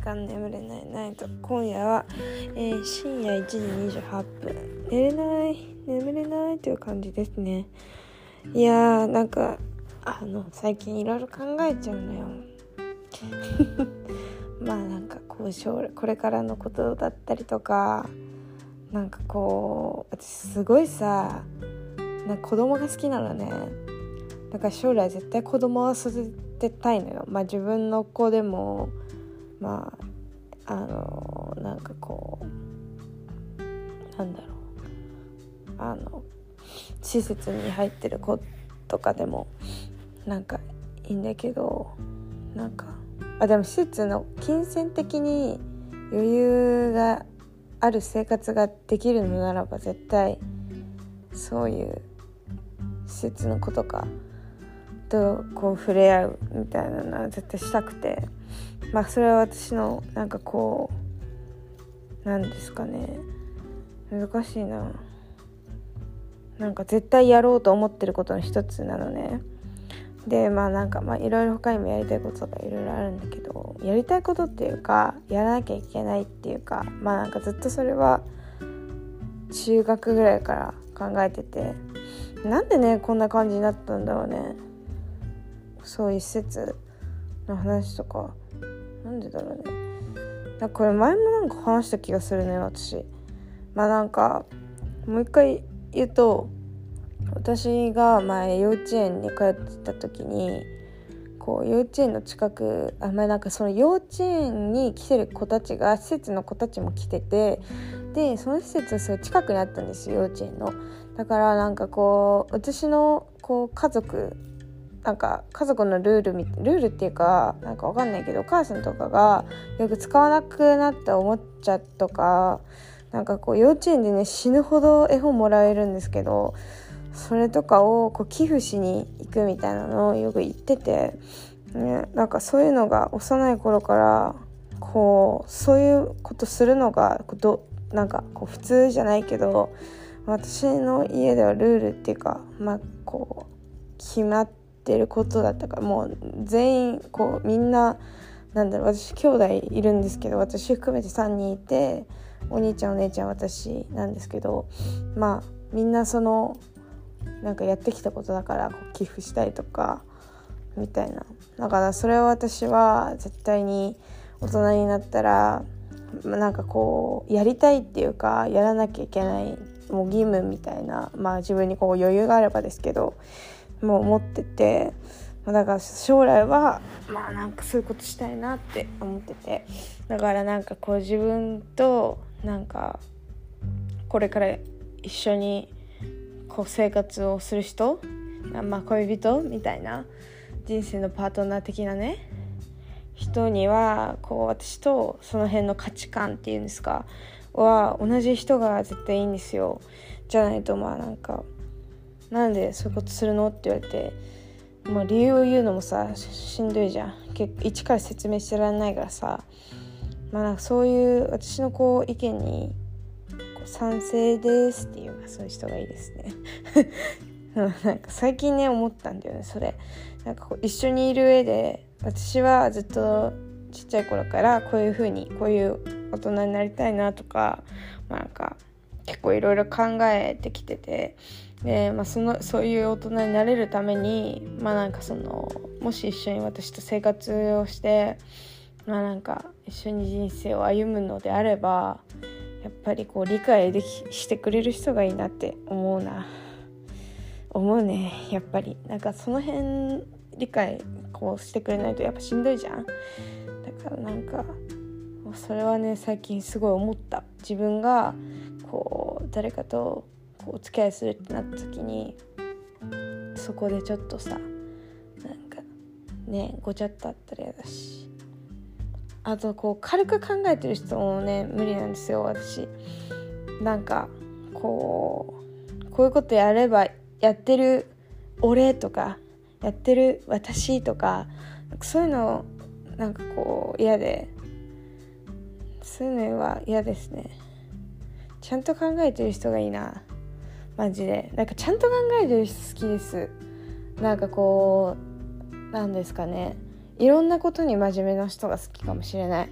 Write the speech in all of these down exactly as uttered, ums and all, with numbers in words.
間眠れないナイト。今夜は、えー、深夜いちじにじゅうはっぷん。寝れない眠れないという感じですね。いやーなんかあの最近いろいろ考えちゃうのよまあなんかこう将来これからのことだったりとか、なんかこう私すごいさ、なんか子供が好きなのね。だから将来絶対子供を育てたいのよ。まあ自分の子でもまああのなんかこうなんだろうあの施設に入ってる子とかでもなんかいいんだけど、なんかあでも施設の金銭的に余裕がある生活ができるのならば絶対そういう施設の子とかとこう触れ合うみたいなのは絶対したくて、まあそれは私のなんかこうなんですかね、難しいな、なんか絶対やろうと思ってることの一つなのね。でまあなんかまあいろいろ他にもやりたいことがいろいろあるんだけど、やりたいことっていうかやらなきゃいけないっていうか、まあなんかずっとそれは中学ぐらいから考えてて、なんでねこんな感じになったんだろうね。そういう施設の話とかなんでだろうね。なんかこれ前もなんか話した気がするね私。まあなんかもう一回言うと、私が前幼稚園に通ってた時にこう幼稚園の近くあ、まあ、なんかその幼稚園に来てる子たちが施設の子たちも来てて、でその施設がすごい近くにあったんですよ、幼稚園の。だからなんかこう私のこう家族なんか家族のルールルールっていうかなんかわかんないけど、お母さんとかがよく使わなくなったおもちゃとか、なんかこう幼稚園でね死ぬほど絵本もらえるんですけど、それとかをこう寄付しに行くみたいなのをよく言ってて、ね、なんかそういうのが幼い頃からこうそういうことするのがどなんかこう普通じゃないけど、私の家ではルールっていうか、まあこう決まってることだったから、もう全員こうみんななんだろう、私兄弟いるんですけど、私含めてさんにんいて、お兄ちゃんお姉ちゃん私なんですけど、まあみんなそのなんかやってきたことだからこう寄付したりとかみたいな。だからそれを私は絶対に大人になったらなんかこうやりたいっていうかやらなきゃいけないもう義務みたいな、まあ自分にこう余裕があればですけどもう思ってて、だから将来はまあなんかそういうことしたいなって思ってて、だからなんかこう自分となんかこれから一緒にこう生活をする人、まあ恋人みたいな人生のパートナー的なね人にはこう私とその辺の価値観っていうんですかは同じ人が絶対いいんですよ。じゃないとまあなんかなんでそういうことするのって言われて、まあ、理由を言うのもさしんどいじゃん。結構一から説明してられないからさ、まあなんかそういう私のこう意見にこう賛成ですっていう、まあ、そういう人がいいですねなんか最近ね思ったんだよねそれ。なんかこう一緒にいる上で私はずっとちっちゃい頃からこういう風にこういう大人になりたいなとか、まあ、なんか結構いろいろ考えてきてて、で、まあ、そのそういう大人になれるために、まあ、なんかそのもし一緒に私と生活をして、まあ、なんか一緒に人生を歩むのであればやっぱりこう理解できしてくれる人がいいなって思うな思うね。やっぱりなんかその辺理解こうしてくれないとやっぱしんどいじゃん。だからなんかそれはね最近すごい思った。自分がこう誰かとこうお付き合いするってなった時にそこでちょっとさなんかねごちゃっとあったらやだし、あとこう軽く考えてる人もね無理なんですよ私。なんかこうこういうことやればやってる俺とかやってる私とかそういうのなんかこう嫌で、そういうのは嫌ですね。ちゃんと考えてる人がいいなマジで。なんかちゃんと考えてる人好きです。なんかこうなんですかね、いろんなことに真面目な人が好きかもしれない。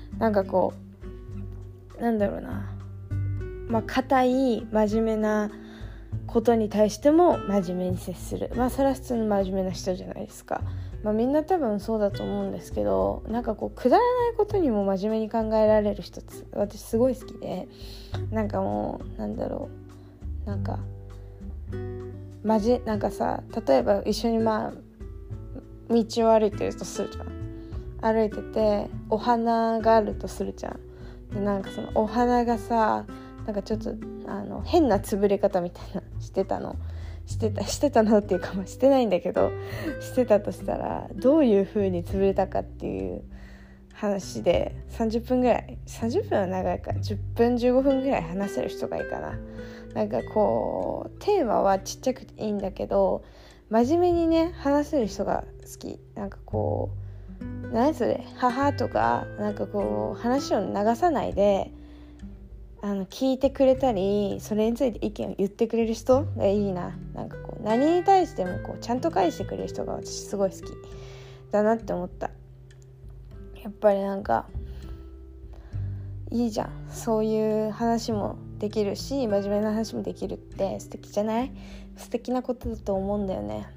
なんかこうなんだろうな、まあ固い真面目なことに対しても真面目に接する。まあそれは普通の真面目な人じゃないですか。まあみんな多分そうだと思うんですけど、なんかこうくだらないことにも真面目に考えられる人って私すごい好きで、なんかもうなんだろう、なんかマジなんかさ、例えば一緒にまあ道を歩いてるとするじゃん。歩いててお花があるとするじゃん。でなんかそのお花がさ、なんかちょっとあの変な潰れ方みたいなしてたのしてたしてたのっていうか、まあ、してないんだけど、してたとしたらどういう風に潰れたかっていう話でさんじゅっぷんぐらい、さんじゅっぷんは長いからじゅっぷんじゅうごふんぐらい話せる人がいいかな。なんかこうテーマはちっちゃくていいんだけど真面目にね話せる人が好き。なんかこう何それ母とかなんかこう話を流さないであの聞いてくれたり、それについて意見を言ってくれる人がいいな。なんかこう何に対してもこうちゃんと返してくれる人が私すごい好きだなって思った。やっぱりなんかいいじゃん、そういう話もできるし真面目な話もできるって素敵じゃない？素敵なことだと思うんだよね、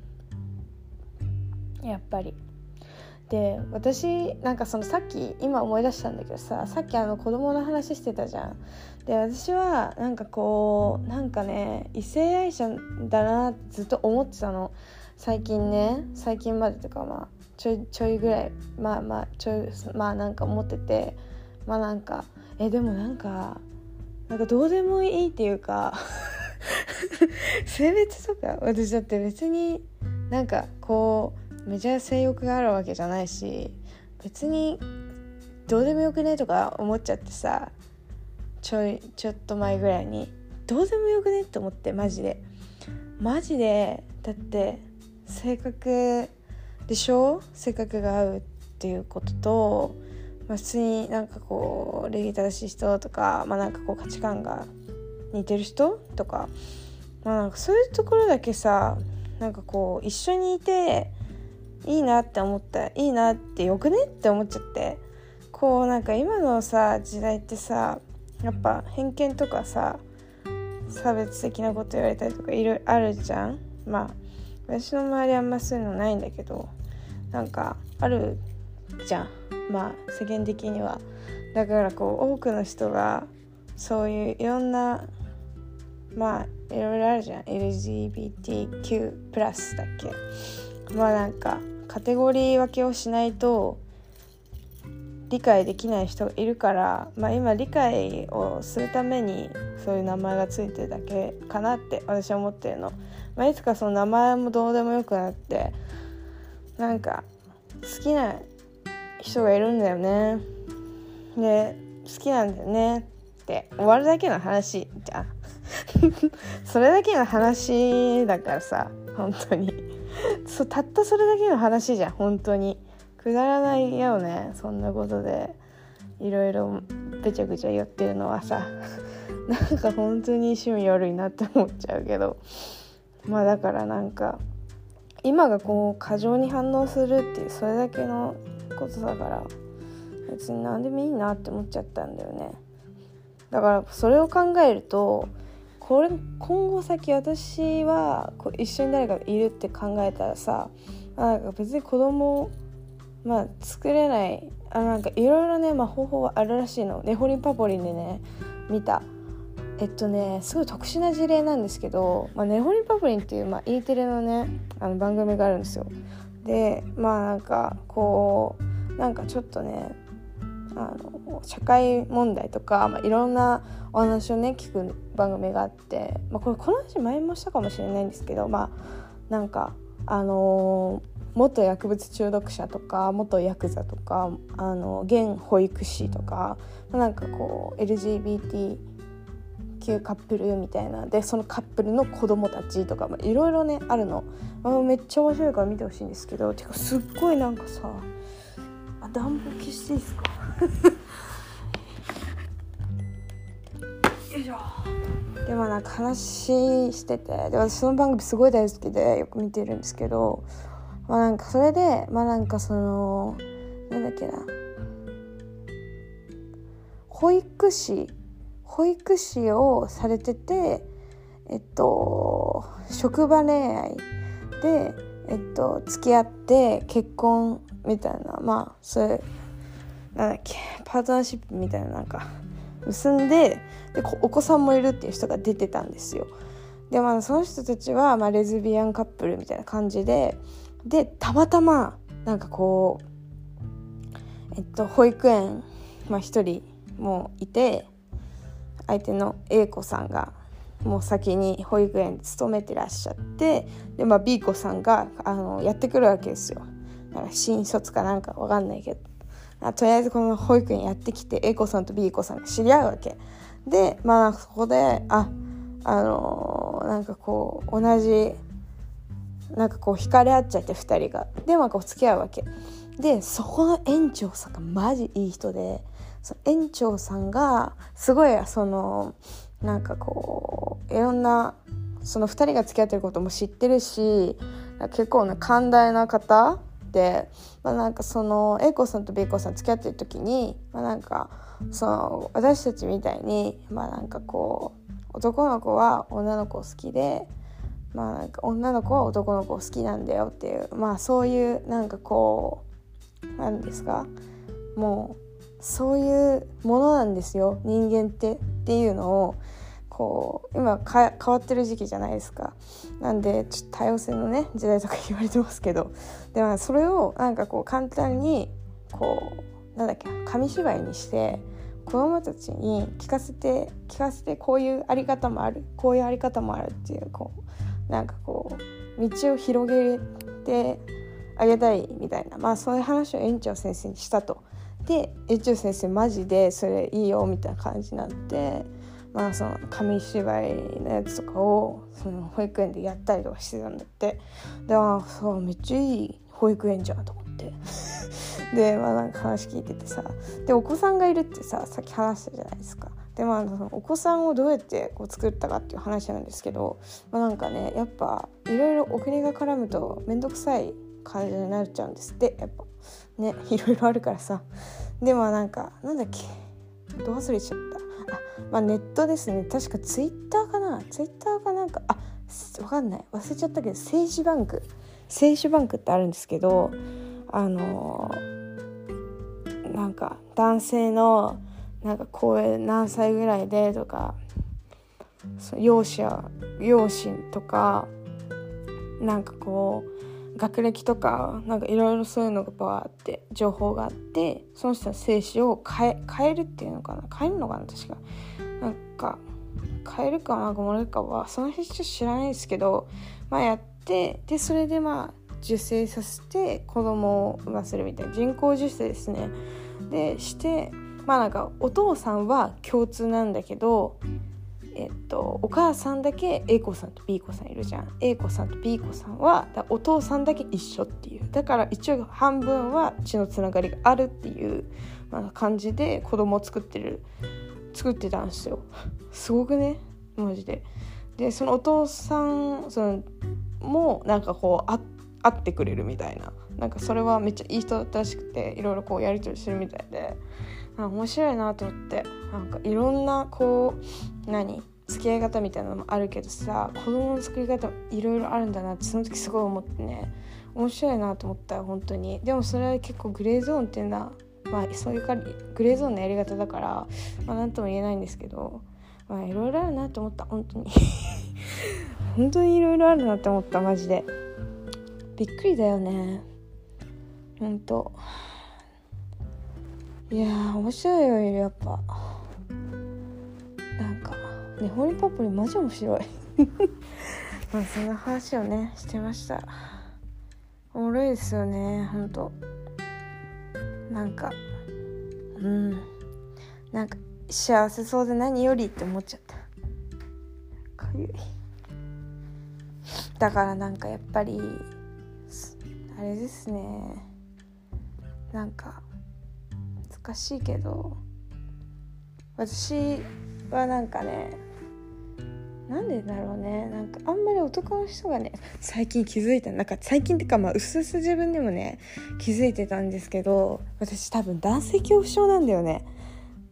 やっぱり。で私なんかそのさっき今思い出したんだけどさ、さっきあの子供の話してたじゃん。で私はなんかこうなんかね異性愛者だなってずっと思ってたの、最近ね。最近までとかまあちょいちょいぐらいまあまあちょいまあなんか思ってて、まあなんかえでもなんかなんかどうでもいいっていうか性別とか私だって別になんかこうめちゃ性欲があるわけじゃないし、別にどうでもよくねとか思っちゃってさ、ちょいちょっと前ぐらいにどうでもよくねって思って、マジでマジでだって性格でしょ、性格が合うっていうことと、まあ、普通になんかこう礼儀正しい人とか、まあ、なんかこう価値観が似てる人とか、まあ、なんかそういうところだけさ、なんかこう一緒にいていいなって思った、いいなってよくねって思っちゃって、こうなんか今のさ時代ってさ、やっぱ偏見とかさ差別的なこと言われたりとかいろいろあるじゃん。まあ私の周りはあんまそういうのないんだけど、なんかあるじゃん、まあ世間的には。だからこう多くの人がそういういろんなまあいろいろあるじゃん、 エルジービーティーキュー プラスだっけ、まあなんかカテゴリー分けをしないと理解できない人がいるから、まあ、今理解をするためにそういう名前がついてるだけかなって私は思ってるの。まあ、いつかその名前もどうでもよくなってなんか好きな人がいるんだよね、で好きなんだよねって終わるだけの話じゃんそれだけの話だからさ、本当にそうたったそれだけの話じゃん。本当にくだらないよね、そんなことでいろいろべちゃくちゃ言ってるのはさなんか本当に趣味悪いなって思っちゃうけど、まあだからなんか今がこう過剰に反応するっていうそれだけのことだから別に何でもいいなって思っちゃったんだよね。だからそれを考えるとこれ今後先私はこう一緒に誰かがいるって考えたらさ、なんか別に子供まあ作れない、あなんかいろいろね、まあ、方法はあるらしいの。ねほりんぱぽりんでね見た、えっとねすごい特殊な事例なんですけど、まあ、ねほりんぱぽりんっていう、まあ、E テレのねあの番組があるんですよ。でまあなんかこうなんかちょっとねあの社会問題とか、まあ、いろんなお話をね聞く番組があって、まあ、これこの話前もしたかもしれないんですけど、まあなんかあのー、元薬物中毒者とか元ヤクザとかあの現保育士とか、まあ、なんかこう エルジービーティーキュー カップルみたいなで、そのカップルの子供たちとかいろいろねあるの、まあ、めっちゃ面白いから見てほしいんですけど、てかすっごいなんかさあ暖房消していいですかよいしょ。でもなんか話してて、で私その番組すごい大好きでよく見てるんですけど、まあなんかそれでまあなんかそのなんだっけな保育士保育士をされてて、えっと職場恋愛で、えっと、付き合って結婚みたいな、まあそういうなんだっけパートナーシップみたいななんか結んで、でお子さんもいるっていう人が出てたんですよ。でまあその人たちは、まあ、レズビアンカップルみたいな感じで、でたまたまなんかこうえっと保育園まあ一人もいて、相手の A 子さんがもう先に保育園に勤めてらっしゃって、で、まあ、B 子さんがあのやってくるわけですよ。なんか新卒かなんかわかんないけど、あとりあえずこの保育園やってきて A 子さんと B 子さんが知り合うわけで、まあそこでああのー、なんかこう同じなんかこう惹かれ合っちゃってふたりがでまあこう付き合うわけで、そこの園長さんがマジいい人で、その園長さんがすごいそのなんかこういろんなそのふたりが付き合ってることも知ってるし、結構な寛大な方で、まあ、なんかその A 子さんと B 子さん付き合ってる時に、まあ、なんかその私たちみたいに、まあ、なんかこう男の子は女の子好きで、まあ、なんか女の子は男の子好きなんだよっていう、まあそういうなんかこうなんですか、もうそういうものなんですよ人間ってっていうのをこう今か変わってる時期じゃないですか。なんでちょっと多様性のね時代とか言われてますけど、でもそれをなんかこう簡単にこうなんだっけ紙芝居にして子供たちに聞かせて聞かせてこういうあり方もあるこういうあり方もあるっていうこうなんかこう道を広げてあげたいみたいな、まあそういう話を園長先生にしたと。で園長先生マジでそれいいよみたいな感じになって、まあその紙芝居のやつとかをその保育園でやったりとかしてたんだって。であそうめっちゃいい保育園じゃんと思ってでまあなんか話聞いててさ、でお子さんがいるってささっき話したじゃないですか。でまあそのお子さんをどうやってこう作ったかっていう話なんですけど、まあ、なんかねやっぱいろいろお国が絡むとめんどくさい感じになっちゃうんですって。やっぱねいろいろあるからさ。でもなんかなんだっけど忘れちゃった。あ、まあ、ネットですね。確かツイッターかなツイッターかなんかあわかんない忘れちゃったけど精子バンク精子バンクってあるんですけど、あのー、なんか男性のなんかこう何歳ぐらいでとか容姿や容姿とかなんかこう学歴とかなんかいろいろそういうのがバーって情報があって、その人の精子を変え変えるっていうのかな変えるのかな確かなんか変えるかなんかもらえるかはその辺ちょっと知らないですけど、まあやってでそれでまあ受精させて子供を産ませるみたいな人工授精ですね。でしてまあなんかお父さんは共通なんだけど、えっと、お母さんだけ A 子さんと B 子さんいるじゃん。 A 子さんと B 子さんはお父さんだけ一緒っていう、だから一応半分は血のつながりがあるっていう、まあ、感じで子供を作ってる作ってたんですよ。すごくねマジで。でそのお父さんそのもなんかこうあ会ってくれるみたいな、なんかそれはめっちゃいい人だったらしくて、いろいろこうやり取りするみたいで面白いなと思って、なんかいろんなこう何付き合い方みたいなのもあるけどさ、子供の作り方もいろいろあるんだなってその時すごい思ってね、面白いなと思ったよ本当に。でもそれは結構グレーゾーンっていうのはまあそういうかグレーゾーンのやり方だから、まあ、なんとも言えないんですけど、まあいろいろあるなと思った本当に本当にいろいろあるなって思ったマジで。びっくりだよね本当。いやー面白いよやっぱ。なんかねホーリーパップリマジ面白いまあそんな話をねしてました。おもろいですよねほんと。なんかうんなんか幸せそうで何よりって思っちゃった。かゆい。だからなんかやっぱりあれですね、なんか難しいけど私はなんかねなんでだろうね、なんかあんまり男の人がね最近気づいたなんか最近ってかまあうすうす自分でもね気づいてたんですけど、私多分男性恐怖症なんだよね。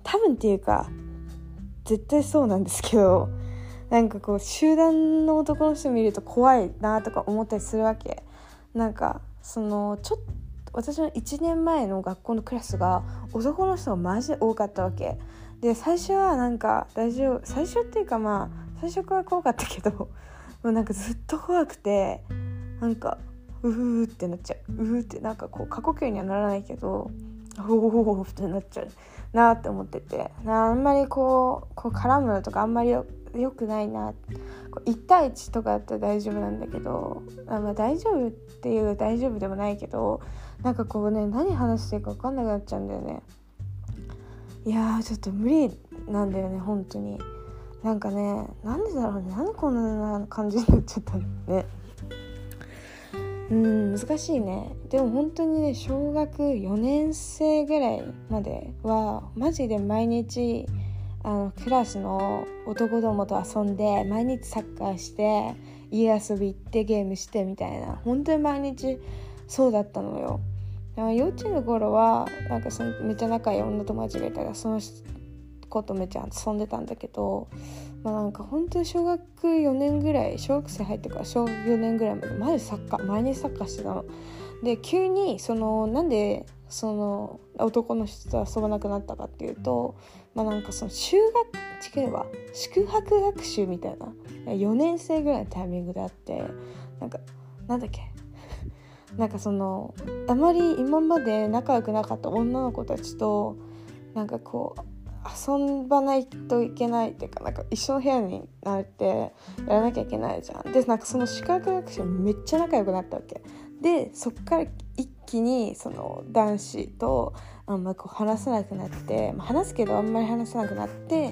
多分っていうか絶対そうなんですけど、なんかこう集団の男の人見ると怖いなとか思ったりするわけ。なんかそのちょっと私のいちねんまえの学校のクラスが男の人がマジで多かったわけで、最初はなんか大丈夫、最初っていうかまあ最初から怖かったけどもうなんかずっと怖くて、なんかうーってなっちゃう、うーってなんかこう過呼吸にはならないけどおーってなっちゃうなって思ってて、あんまりこう、こう絡むのとかあんまりよよくないな。いち対いちとかだったら大丈夫なんだけど、あ、まあ、大丈夫っていう大丈夫でもないけど、なんかこうね、何話していいか分かんなくなっちゃうんだよね。いやーちょっと無理なんだよね本当に。なんかね、なんでだろうね、なんでこんな感じになっちゃったのね。うん、難しいね。でも本当にね、小学よねん生ぐらいまではマジで毎日あのクラスの男どもと遊んで、毎日サッカーして家遊び行ってゲームしてみたいな、本当に毎日そうだったのよ。だから幼稚園の頃はなんかそのめっちゃ仲いい女友達がいたからその子とめっちゃ遊んでたんだけど、まあ、なんか本当に小学よねんぐらい、小学生入ってから小学よねんぐらいまでマジサッカー毎日サッカーしてたので、急にそのなんでその男の人と遊ばなくなったかっていうと、まあなんかその修学違えば宿泊学習みたいなよねん生ぐらいのタイミングであって、なんかなんだっけなんかそのあまり今まで仲良くなかった女の子たちとなんかこう遊ばないといけないっていうか、なんか一緒の部屋になってやらなきゃいけないじゃん。でなんかその宿泊学習めっちゃ仲良くなったわけで、そっから一気にその男子とあんまこう話さなくなって、まあ、話すけどあんまり話さなくなって、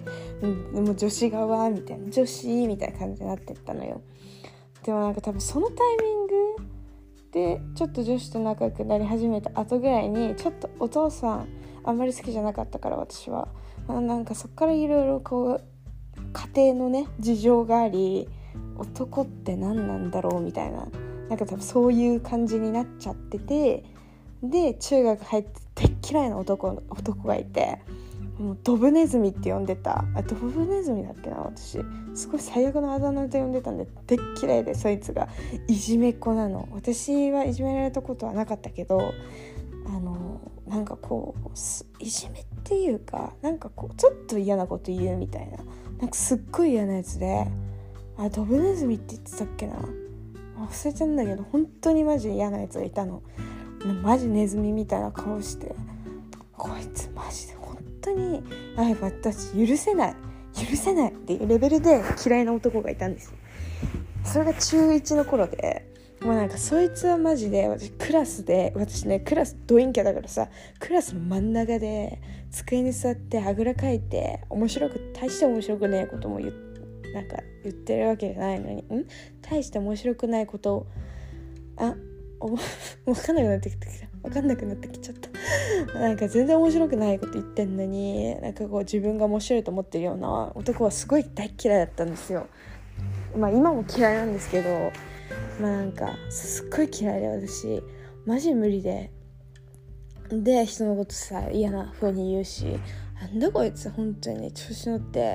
うん、でも女子側みたいな、女子みたいな感じになってったのよ。でもなんか多分そのタイミングでちょっと女子と仲良くなり始めた後ぐらいに、ちょっとお父さんあんまり好きじゃなかったから私はなんかそっからいろいろこう家庭のね事情があり、男って何なんだろうみたいな、なんか多分そういう感じになっちゃってて、で中学入ってでっ嫌いな男男がいて、もうドブネズミって呼んでた。あ、ドブネズミだっけな、私すごい最悪のあだ名で呼んでたんで、でっ嫌いで、そいつがいじめっ子なの。私はいじめられたことはなかったけど、あのなんかこういじめっていうか、なんかこうちょっと嫌なこと言うみたいな、なんかすっごい嫌なやつで、あ、ドブネズミって言ってたっけな、忘れちゃうんだけど、本当にマジ嫌なやつがいたの。マジネズミみたいな顔して、こいつマジで本当にあ、私許せない許せないっていうレベルで嫌いな男がいたんですよ。それが中いちの頃で、もうなんかそいつはマジで、私クラスで、私ねクラスドインキャだからさ、クラスの真ん中で机に座ってあぐらかいて、面白く大して面白くないことも言なんか言ってるわけじゃないのに、ん大して面白くないことをあ分かんなくなってきた分かんなくなってきちゃったなんか全然面白くないこと言ってんのに、なんかこう自分が面白いと思ってるような男はすごい大嫌いだったんですよ。まあ今も嫌いなんですけど、まあなんかすっごい嫌いで、私マジ無理で、で人のことさ嫌な風に言うし、なんだこいつ本当に調子乗って、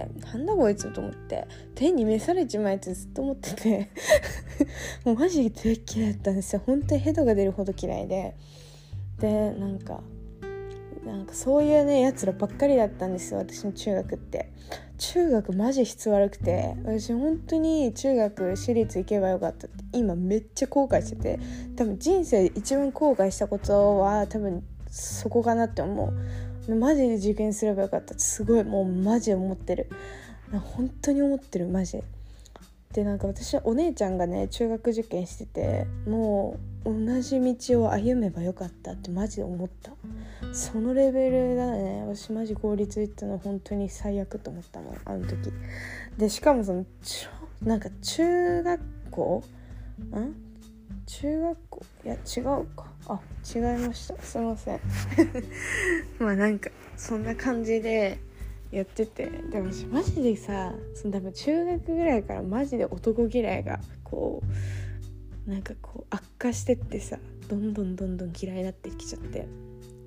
なんだこいつと思って、天に召されちまえってずっと思っててもうマジで嫌いだったんですよ。本当にヘドが出るほど嫌いで、でなんかなんかそういうねやつらばっかりだったんですよ、私の中学って。中学マジ質悪くて、私本当に中学私立行けばよかったって今めっちゃ後悔してて、多分人生で一番後悔したことは多分そこかなって思う。マジで受験すればよかったってすごいもうマジで思ってる、本当に思ってるマジで。なんか私お姉ちゃんがね中学受験してて、もう同じ道を歩めばよかったってマジで思った。そのレベルだね。私マジ公立行ったの本当に最悪と思ったもんあの時で。しかもそのなんか中学校ん中学校いや違うかあ違いました、すいませんまあなんかそんな感じでやってて、でもマジでさ、その多分中学ぐらいからマジで男嫌いがこうなんかこう悪化してってさ、どんどんどんどん嫌いになってきちゃって、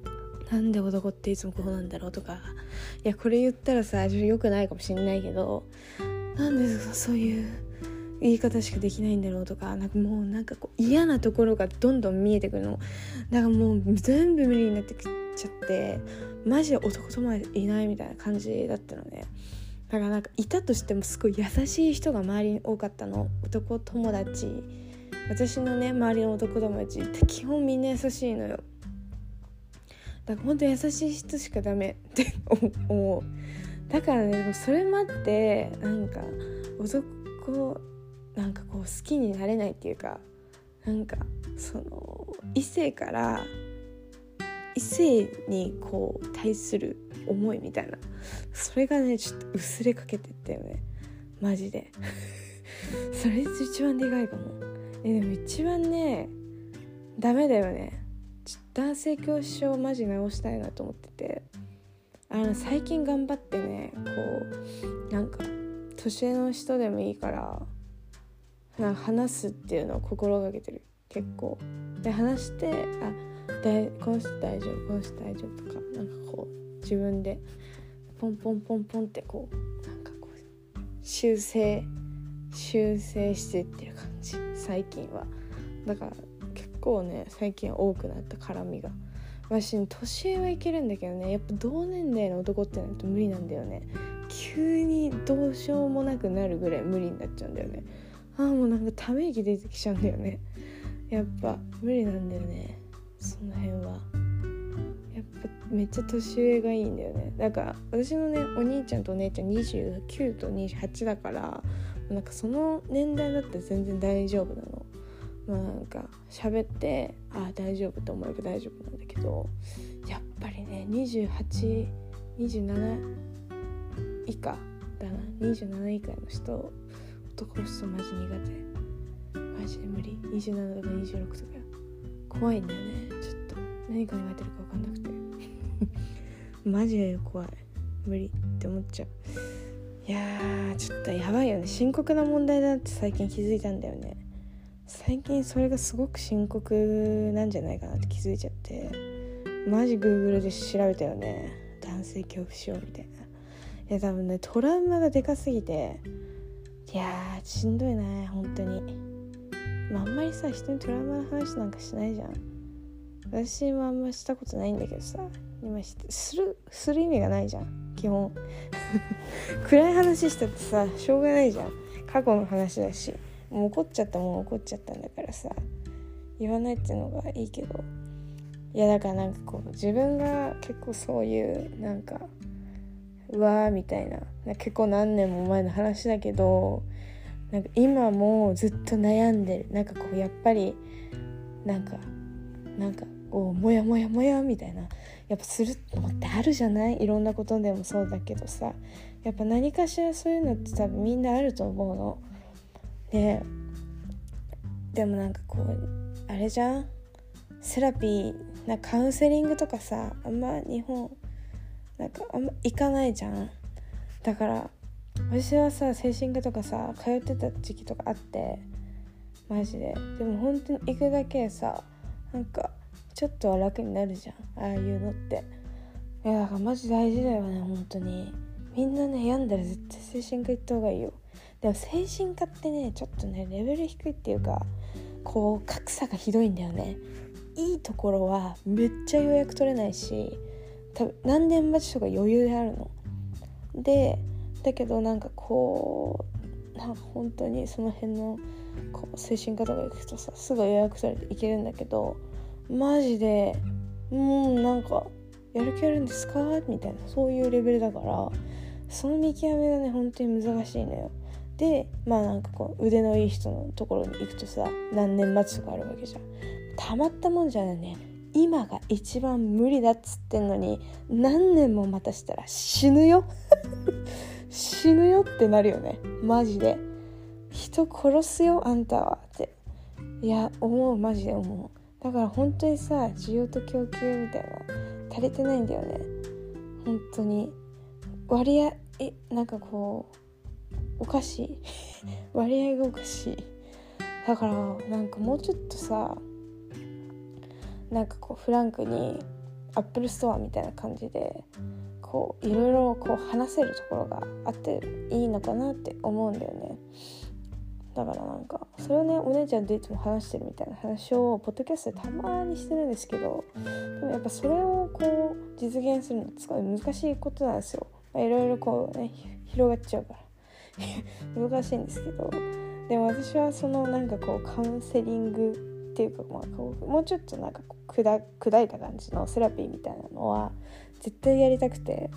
なんで男っていつもこうなんだろうとか、いやこれ言ったらさ良くないかもしれないけど、なんでそういう言い方しかできないんだろうとか、なんかもうなんかこう嫌なところがどんどん見えてくるの。だからもう全部無理になってきちゃって、マジで男友達いないみたいな感じだったのね。だからなんかいたとしてもすごい優しい人が周りに多かったの。男友達、私のね周りの男友達って基本みんな優しいのよ。だから本当優しい人しかダメって思う。だからねそれもあってなんか男なんかこう好きになれないっていうか、なんかその異性から異性にこう対する思いみたいな、それがねちょっと薄れかけてったよねマジでそれ一番でかいかも。えでも一番ねダメだよね、男性恐怖症マジ直したいなと思ってて、あの最近頑張ってねこうなんか年上の人でもいいからなんか話すっていうのを心がけてる結構で、話してあだいこの人大丈夫この人大丈夫とか、なんかこう自分でポンポンポンポンってこうなんかこう修正修正していってる感じ最近は。だから結構ね最近多くなった絡みが。私年上はいけるんだけどね、やっぱ同年代の男ってなると無理なんだよね。急にどうしようもなくなるぐらい無理になっちゃうんだよね。ああもうなんかため息出てきちゃうんだよね。やっぱ無理なんだよね、その辺は。やっぱめっちゃ年上がいいんだよね。だから私のねお兄ちゃんとお姉ちゃんにじゅうきゅうとにじゅうはちだから、なんかその年代だったら全然大丈夫なの。まあなんか喋ってああ大丈夫と思えば大丈夫なんだけど、やっぱりねにじゅうはち、にじゅうなな以下だな、にじゅうなな以下の人、男の人マジ苦手、マジで無理。にじゅうななとかにじゅうろくとか怖いんだよね。ちょっと何考えてるか分かんなくてマジで怖い、無理って思っちゃう。いやーちょっとやばいよね、深刻な問題だって最近気づいたんだよね。最近それがすごく深刻なんじゃないかなって気づいちゃって、マジ Google で調べたよね、男性恐怖症みたいな。いや多分ねトラウマがでかすぎて、いやーしんどいね本当に。まあ、あんまりさ人にトラウマの話なんかしないじゃん。私もあんましたことないんだけどさ、今するする意味がないじゃん基本暗い話したってさしょうがないじゃん、過去の話だし、もう怒っちゃったもん怒っちゃったんだからさ言わないっていうのがいいけど、いやだからなんかこう自分が結構そういうなんかうわーみたいな、なんか結構何年も前の話だけど、なんか今もずっと悩んでる。なんかこうやっぱりなんかなんかこうモヤモヤモヤみたいなやっぱするのってあるじゃない、いろんなことでもそうだけどさ、やっぱ何かしらそういうのって多分みんなあると思うので、でもなんかこうあれじゃん、セラピーなカウンセリングとかさあんま日本なんかあんま行かないじゃん。だから私はさ精神科とかさ通ってた時期とかあって、マジででも本当に行くだけさなんかちょっとは楽になるじゃん、ああいうのって。いやだからマジ大事だよね本当に。みんなね病んだら絶対精神科行った方がいいよ。でも精神科ってねちょっとねレベル低いっていうかこう格差がひどいんだよね。いいところはめっちゃ予約取れないし、多分何年待ちとか余裕であるので、だけどなんかこうなんか本当にその辺のこう精神科とか行くとさすぐ予約取れて行けるんだけど、マジでもうなんかやる気あるんですかみたいなそういうレベルだから、その見極めがね本当に難しいのよ。でまあなんかこう腕のいい人のところに行くとさ何年待ちとかあるわけじゃん。たまったもんじゃないね。今が一番無理だっつってんのに何年も待たしたら死ぬよ死ぬよってなるよねマジで。人殺すよあんたはって、いや思う、マジで思う。だから本当にさ需要と供給みたいな足りてないんだよね本当に。割合えなんかこうおかしい割合がおかしい。だからなんかもうちょっとさなんかこうフランクにアップルストアみたいな感じでこういろいろこう話せるところがあっていいのかなって思うんだよね。だからなんかそれをねお姉ちゃんといつも話してるみたいな話をポッドキャストでたまにしてるんですけど、でもやっぱそれをこう実現するのってすごい難しいことなんですよ。いろいろこうね広がっちゃうから難しいんですけど、でも私はそのなんかこうカウンセリングっていうか、まあ、こうもうちょっとなんかこう砕、砕いた感じのセラピーみたいなのは絶対やりたくて、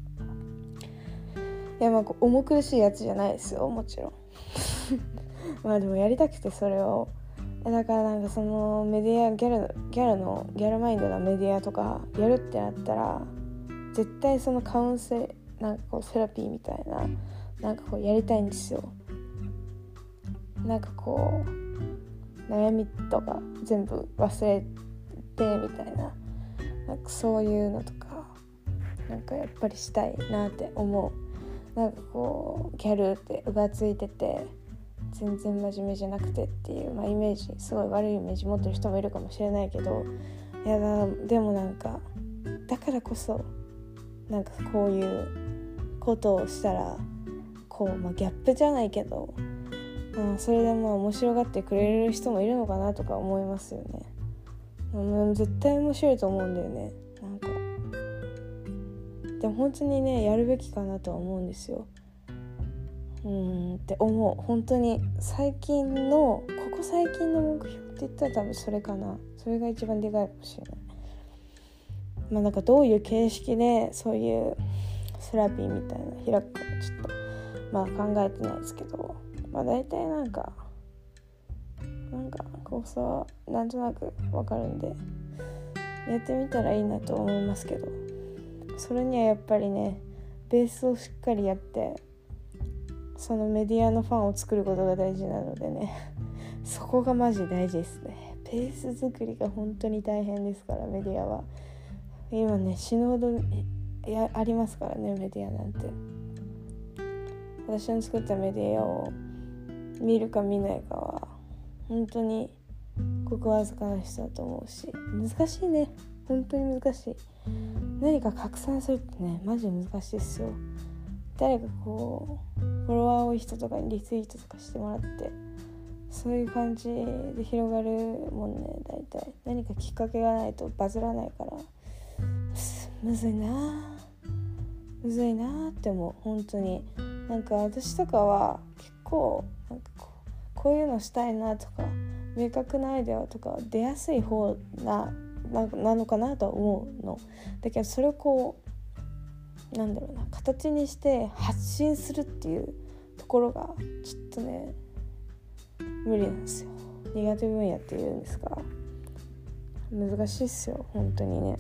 いやまあこう重苦しいやつじゃないですよもちろんまあでもやりたくてそれをだからなんかそのメディアギャルギャルのギャルマインドなメディアとかやるってなったら絶対そのカウンセなんかこうセラピーみたいななんかこうやりたいんですよ。なんかこう悩みとか全部忘れてみたいな、なんかそういうのとかなんかやっぱりしたいなって思う。なんかこうギャルって浮ついてて全然真面目じゃなくてっていう、まあ、イメージすごい悪いイメージ持ってる人もいるかもしれないけど、いやだでもなんかだからこそなんかこういうことをしたらこう、まあ、ギャップじゃないけど、まあ、それでまあ面白がってくれる人もいるのかなとか思いますよね。うん、絶対面白いと思うんだよね。なんかでも本当にねやるべきかなとは思うんですよ。うーんって思う。本当に最近のここ最近の目標って言ったら多分それかな。それが一番でかいかもしれない。まあなんかどういう形式でそういうセラピーみたいな開くかはちょっとまあ考えてないですけど、まあ大体なんかなんか構想はなんとなくわかるんでやってみたらいいなと思いますけど、それにはやっぱりねベースをしっかりやってそのメディアのファンを作ることが大事なのでねそこがマジ大事ですね。ベース作りが本当に大変ですから、メディアは今ね死ぬほどやありますからねメディアなんて。私の作ったメディアを見るか見ないかは本当にごくわずかな人だと思うし、難しいね、本当に難しい。何か拡散するってねマジ難しいですよ。誰かこうフォロワー多い人とかにリツイートとかしてもらってそういう感じで広がるもんね。大体何かきっかけがないとバズらないからむずいなむずいなって思う本当に。なんか私とかは結構なんかこう、こういうのしたいなとか明確なアイデアとか出やすい方な、な、なのかなとは思うのだけど、それをこうなんだろうな形にして発信するっていうところがちょっとね無理なんですよ。苦手分野っていうんですか、難しいっすよ本当にね。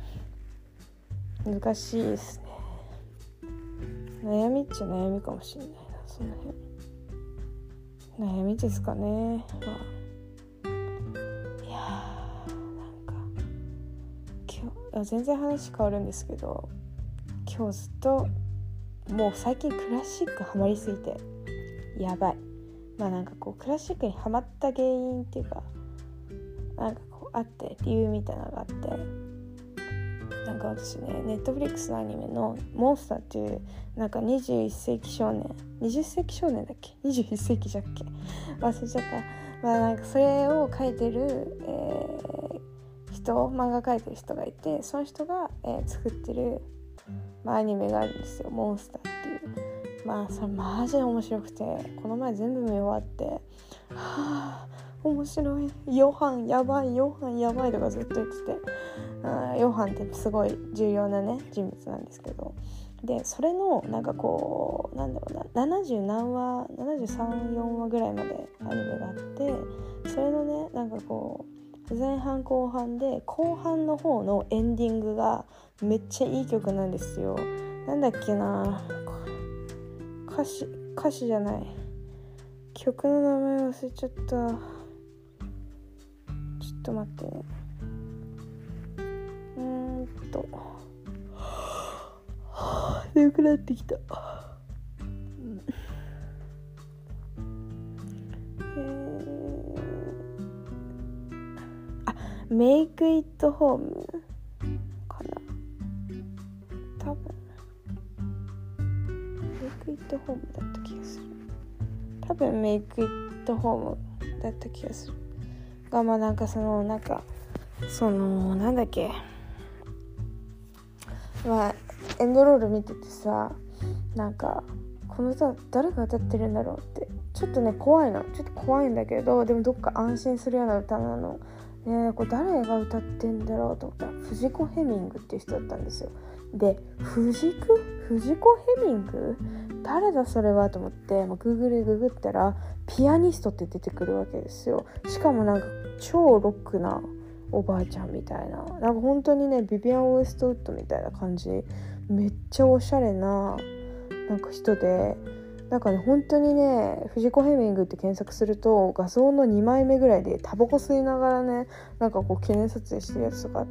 難しいですね。悩みっちゃ悩みかもしれないな、その辺悩みですかね。まあいやーなんか今日全然話変わるんですけど、今日ずっともう最近クラシックハマりすぎてやばい。まあなんかこうクラシックにハマった原因っていうかなんかこうあって理由みたいなのがあって、なんか私ねネットフリックスのアニメのモンスターっていうなんかにじゅういっ世紀少年にじゅっ世紀少年だっけにじゅういっ世紀じゃっけ忘れちゃった。まあなんかそれを書いてる、えー、人漫画書いてる人がいて、その人が、えー、作ってる、まあ、アニメがあるんですよ、モンスターっていう。まあそれマジで面白くてこの前全部見終わってはあ面白い、ヨハンやばいヨハンやばいとかずっと言ってて、あヨハンってすごい重要なね人物なんですけど、でそれのなんかこうなんだろうなななじゅう何話ななじゅうさん、よんわぐらいまでアニメがあって、それのねなんかこう前半後半で後半の方のエンディングがめっちゃいい曲なんですよ。なんだっけな歌詞歌詞じゃない曲の名前忘れちゃった。ちょっと待ってね。うーんと眠くなってきた。えー、あ、Make It Home ットホームだった気がする。多分メイクイットホームだった気がするが、まあなんかそのなんかそのなんだっけ、まあエンドロール見ててさ、なんかこの歌誰が歌ってるんだろうってちょっとね怖いの、ちょっと怖いんだけど、でもどっか安心するような歌なのね。これ誰が歌ってんだろうと思ったら藤子ヘミングっていう人だったんですよ。で藤子藤子ヘミング誰だそれはと思って、まあ、Google でググったらピアニストって出てくるわけですよ。しかもなんか超ロックなおばあちゃんみたいな、なんか本当にねビビアン・ウエストウッドみたいな感じ、めっちゃおしゃれななんか人で、なんかね本当にね藤子ヘミングって検索すると画像のにまいめぐらいでタバコ吸いながらねなんかこう記念撮影してるやつとかあって、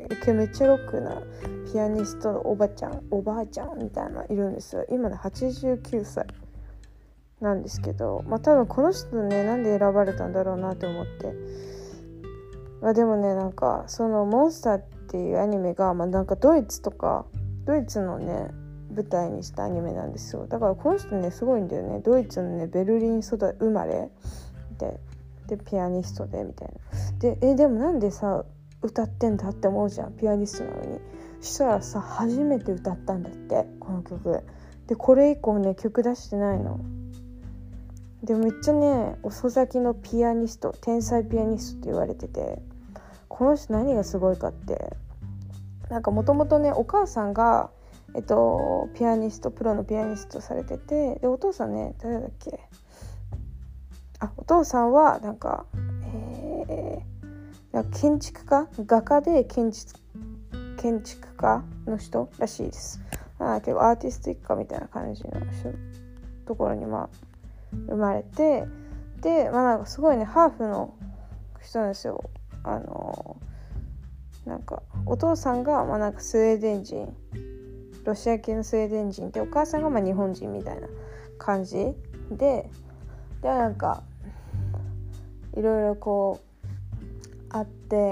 めっちゃロックなピアニストのおばちゃんおばあちゃんみたいないるんですよ。今ねはちじゅうきゅうさいなんですけど、まあ多分この人ねなんで選ばれたんだろうなと思って、まあ、でもねなんかそのモンスターっていうアニメが、まあ、なんかドイツとかドイツのね舞台にしたアニメなんですよ。だからこの人ねすごいんだよね。ドイツのねベルリン育生まれででピアニストでみたいなで、えでもなんでさ歌ってんだって思うじゃん、ピアニストなのに。そしたらさ初めて歌ったんだってこの曲で、これ以降ね曲出してないので、めっちゃね遅咲きのピアニスト、天才ピアニストって言われてて、この人何がすごいかって、なんかもともとねお母さんがえっとピアニストプロのピアニストされてて、でお父さんね誰だっけ、あお父さんはなんか、えー、なんか建築家画家で建築建築家の人らしいです。あ結構アーティスティック家みたいな感じのところにまあ生まれて、でまあなんかすごいねハーフの人なんですよ。あのなんかお父さんがまあなんかスウェーデン人、ロシア系のスウェーデン人で、お母さんがまあ日本人みたいな感じで、でなんかいろいろこうあって、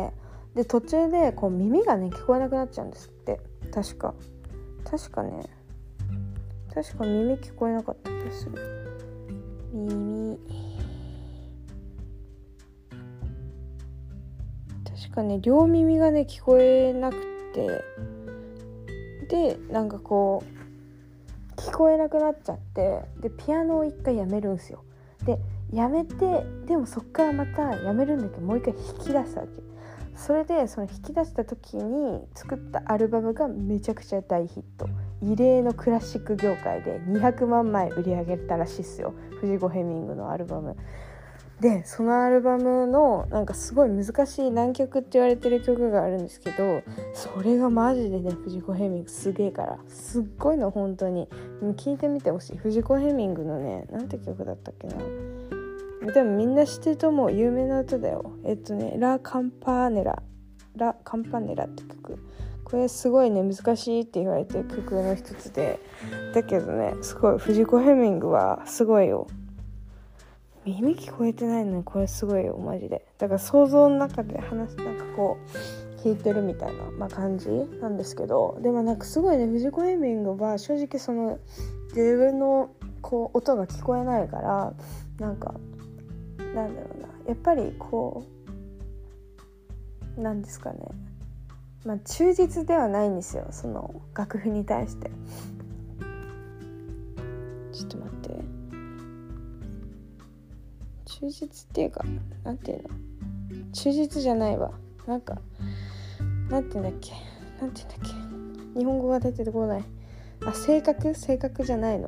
で途中でこう耳がね聞こえなくなっちゃうんですって。確か確かね確か耳聞こえなかった気がする。耳確かね両耳がね聞こえなくて、でなんかこう聞こえなくなっちゃって、でピアノを一回やめるんですよ。でやめて、でもそっからまたやめるんだけどもう一回弾き出すわけ。それでその弾き出した時に作ったアルバムがめちゃくちゃ大ヒット、異例のクラシック業界でにひゃくまんまい売り上げたらしいっすよ、藤子ヘミングのアルバムで。そのアルバムのなんかすごい難しい難曲って言われてる曲があるんですけど、それがマジでね藤子ヘミングすげえからすっごいの、本当に聞いてみてほしい。藤子ヘミングのねなんて曲だったっけな、でもみんな知ってると思う有名な歌だよ。えっとねラ・カンパネララ・カンパネラって曲、これすごいね難しいって言われてる曲の一つで、だけどねすごい藤子ヘミングはすごいよ。耳聞こえてないのにこれすごいよマジで。だから想像の中で話すなんかこう弾いてるみたいな、まあ、感じなんですけど、でもなんかすごいね藤子ヘミングは正直その自分のこう音が聞こえないから、なんかなんだろうな、やっぱりこうなんですかね、まあ忠実ではないんですよ、その楽譜に対して。ちょっと待って、忠実っていうかなんていうの、忠実じゃないわ、なんかなんていうんだっけなんていうんだっけ日本語が出てこない。あ正確正確じゃないの。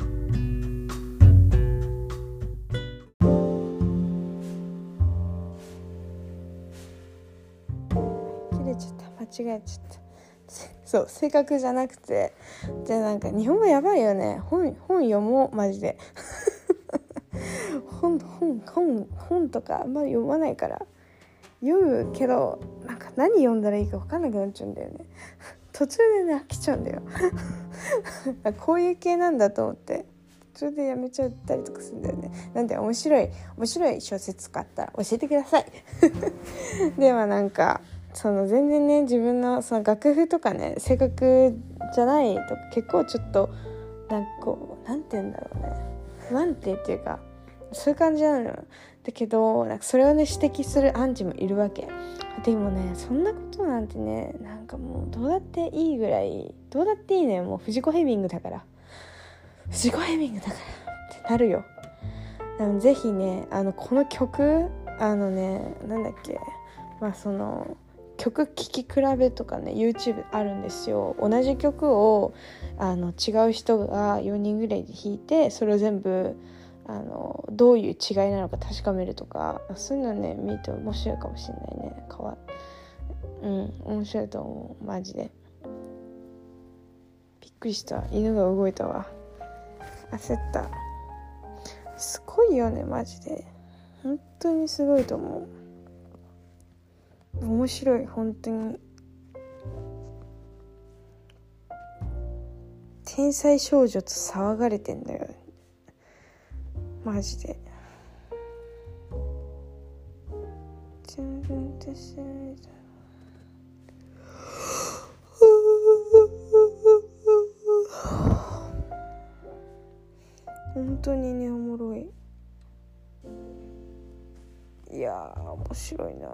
間違えちゃったそう正確じゃなくて、でなんか日本語やばいよね。本本読もうマジで本本本本とかあんまり読まないから、読むけどなんか何読んだらいいか分かんなくなっちゃうんだよね途中でね飽きちゃうんだよこういう系なんだと思って途中でやめちゃったりとかするんだよね。なんで面白い面白い小説買ったら教えてくださいではなんかその全然ね自分のその楽譜とかね正確じゃないと結構ちょっとなんかこうなんて言うんだろうね、不安定っていうかそういう感じなのよ。だけどなんかそれをね指摘するアンチもいるわけ。でもねそんなことなんてね、なんかもうどうだっていいぐらい、どうだっていいのよ。もう藤子ヘミングだから、藤子ヘミングだからってなるよ。でもぜひね、あのこの曲、あのねなんだっけ、まあその曲聴き比べとかね YouTube あるんですよ。同じ曲をあの違う人がよにんぐらいで弾いて、それを全部あのどういう違いなのか確かめるとか、そういうのね見ると面白いかもしれないね。かわうん面白いと思う、マジで。びっくりした、犬が動いたわ、焦った。すごいよねマジで、本当にすごいと思う。面白い、本当に天才少女と騒がれてんだよマジで。全然でしないだ本当にねおもろい。いやー面白いな。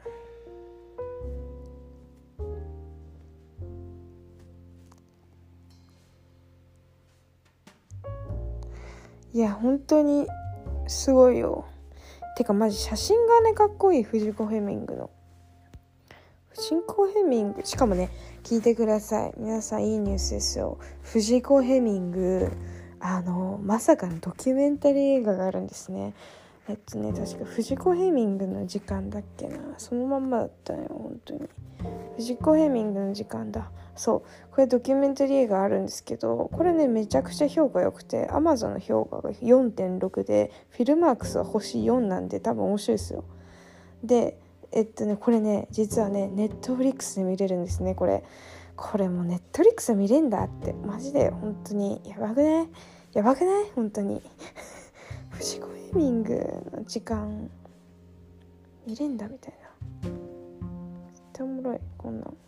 いや本当にすごいよ。てかマジ写真がねかっこいい、藤子ヘミングの。藤子ヘミング、しかもね聞いてください皆さん、いいニュースですよ。藤子ヘミング、あのまさかのドキュメンタリー映画があるんですね。えっとね確か藤子ヘミングの時間だっけな、そのまんまだったよ本当に。藤子ヘミングの時間だ。そうこれドキュメンタリー映画あるんですけど、これねめちゃくちゃ評価良くて、 Amazon の評価が よんてんろく でフィルマークスは星よんなんで多分面白いですよ。でえっとねこれね実はねネットフリックスで見れるんですね。これこれもネットフリックスで見れんだって、マジで本当にやばくないやばくない本当に藤子ヘミングの時間見れんだみたいな、絶対おもろいこんなん。